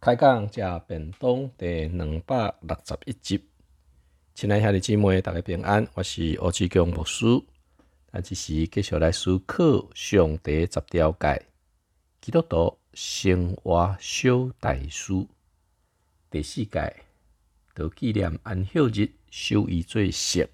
开讲食便当第261集，亲爱兄弟姊妹，大家平安，我是欧志强牧师。咱这时继续来思考上帝10条诫，基督徒生活小大事。第4诫，就纪念安息日，守伊做圣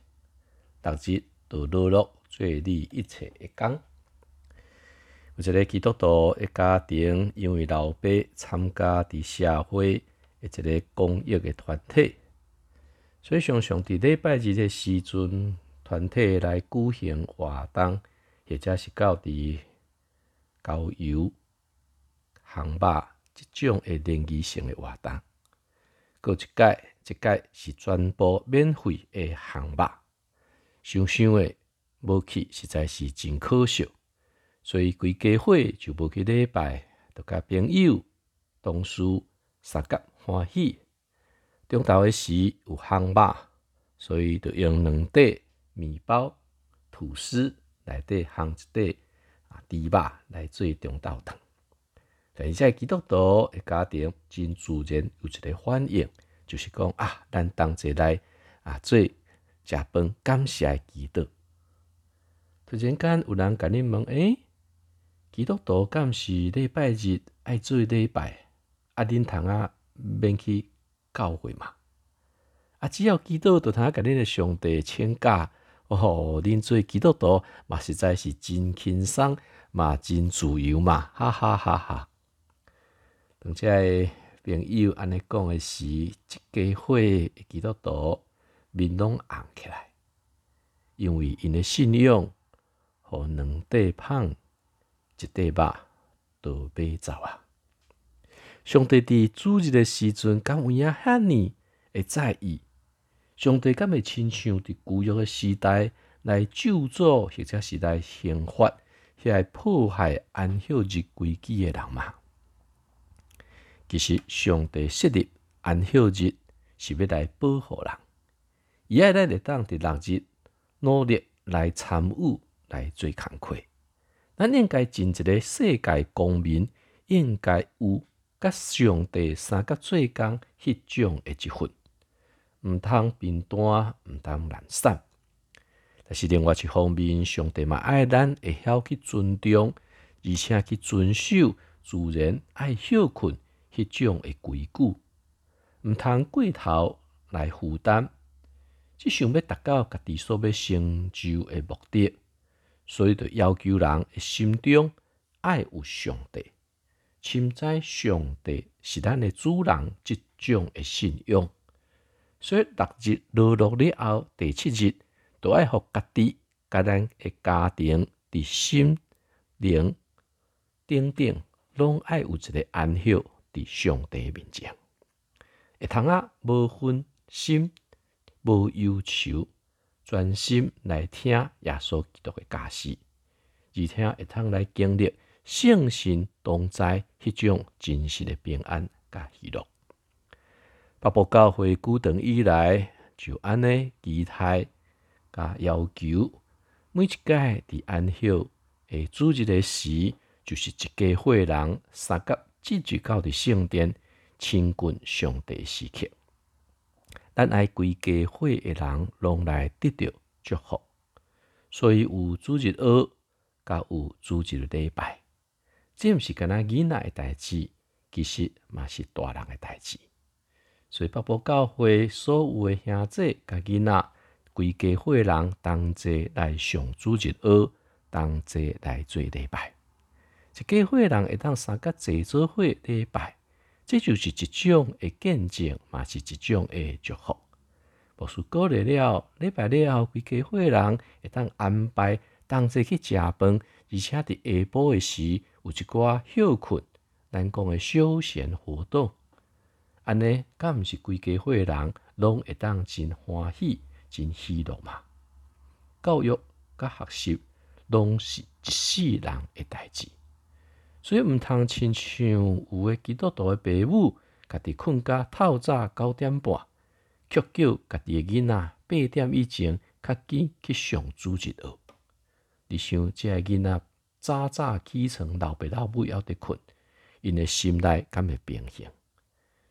，6日就落落做你一切的工。有一个基督徒的家庭，因为老爸参加伫社会的一个公益的团体，所以常常伫礼拜日的时阵，团体来举行活动，或者是到伫郊游、航马这种的联谊性的活动。过一届是全部免费的航马，想的无去，实在是真可惜。所以规家伙就无去礼拜，就甲朋友、同事相合欢喜。中昼的时有烘肉，所以就用2块面包、吐司内底烘一块猪肉来做中昼汤。但是基督徒的家庭真自然有一个反应，就是讲咱同齐来做食饭，感谢基督。突然间有人甲你问，基督徒敢是礼拜日爱做礼拜，恁通免去教会嘛？只要基督就通甲恁的上帝请假，恁做基督徒嘛实在是真轻松嘛，真自由嘛，哈哈哈哈！当这个朋友安尼讲的时，这家伙的基督徒面拢红起来，因为因的信仰，互2块胖。一块肉就买走啊！上帝伫主日的时阵，敢有影遐尼会在意？上帝敢会亲像伫旧约的时代来咒诅，或者是来刑罚遐破坏安息日规矩的人吗？其实上帝设立安息日是要来保护人，伊爱咱会当伫6日努力来参与来做工课。咱应该尽一个世界公民应该有甲上帝三角做工迄种的一份，毋通变单，毋通懒散。但是另外一方面，上帝嘛爱咱会晓去尊重，而且去遵守自然爱休困迄种的规矩，毋通过头来负担，只想要达到家己所要成就的目的。所以，就要求人的心中爱有上帝，深知上帝是咱的主人，这种的信仰。所以6日落落了后，第7日就爱互家己、甲咱的家庭伫心灵等等，拢爱有一个安息伫上帝面前，会通无分心、无忧愁。专心来听耶稣基督的教示，而且会通来经历圣神同在迄种真实的平安甲喜乐。北部教会久长以来就安尼期待甲要求，每一届伫安息的主日的时，就是一家伙人相合集聚到伫圣殿亲近上帝时刻。咱爱规家伙的人拢来得到祝福，所以有主日学，甲有主日礼拜，这毋是干那囡仔的代志，其实嘛是大人的代志。所以北部教会所有的兄弟甲囡仔，规家伙人同齐来上主日学，同齐来做礼拜。一家伙人会当相甲齐做伙礼拜。这就是一种的见证，嘛是一种的祝福。牧师鼓励了，礼拜了后，规家伙人会当安排同齐去食饭，而且伫下晡的时有一寡休困，咱讲的休闲活动。安尼，敢毋是规家伙人拢会当真欢喜、真喜乐嘛？教育甲学习拢是一世人的代志。所以毋通亲像有的基督徒的父母，家己困甲透早9点半，却叫家己的囡仔8点以前较紧去上主日学。你想，这个囡仔早早起床，老爸老母还伫困，因的心内敢会平衡？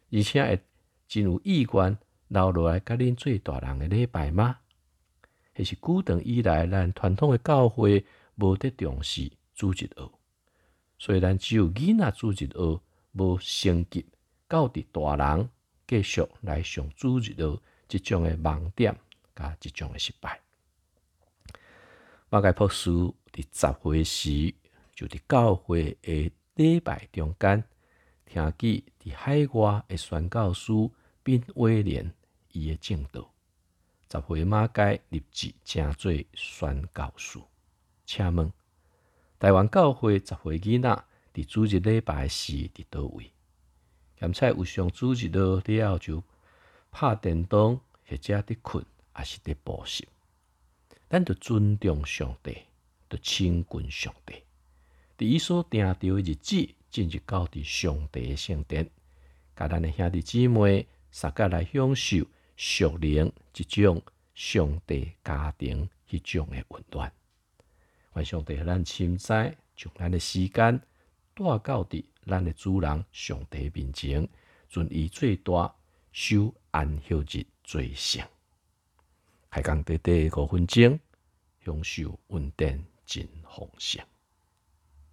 而且会真有意愿留落来甲恁做大人的礼拜吗？迄是久长以来咱传统的教会无得重视主日学，所以咱只有囡仔主日学无升级到伫大人继续来上主日学即种的盲点甲即种的失败。马盖博士伫10岁时就伫教会的礼拜中间，听见伫海外的宣教师宾威廉伊的正道。10岁马盖立志成做宣教师。请问，台湾教会10岁囡仔伫主日礼拜时伫倒位？咸菜有上主日了后就拍电动，或者伫困，还是伫补习？咱着尊重上帝，着亲近上帝。伫伊所定定的日子，进入到伫上帝的圣殿，甲咱的兄弟姊妹相甲来享受属灵一种上帝家庭迄种的温暖。愿上帝互咱深知，将咱的时间带到伫咱的主人上帝面前，尊伊最大，守安息日最圣。开工短短5分钟，享受稳定真丰盛。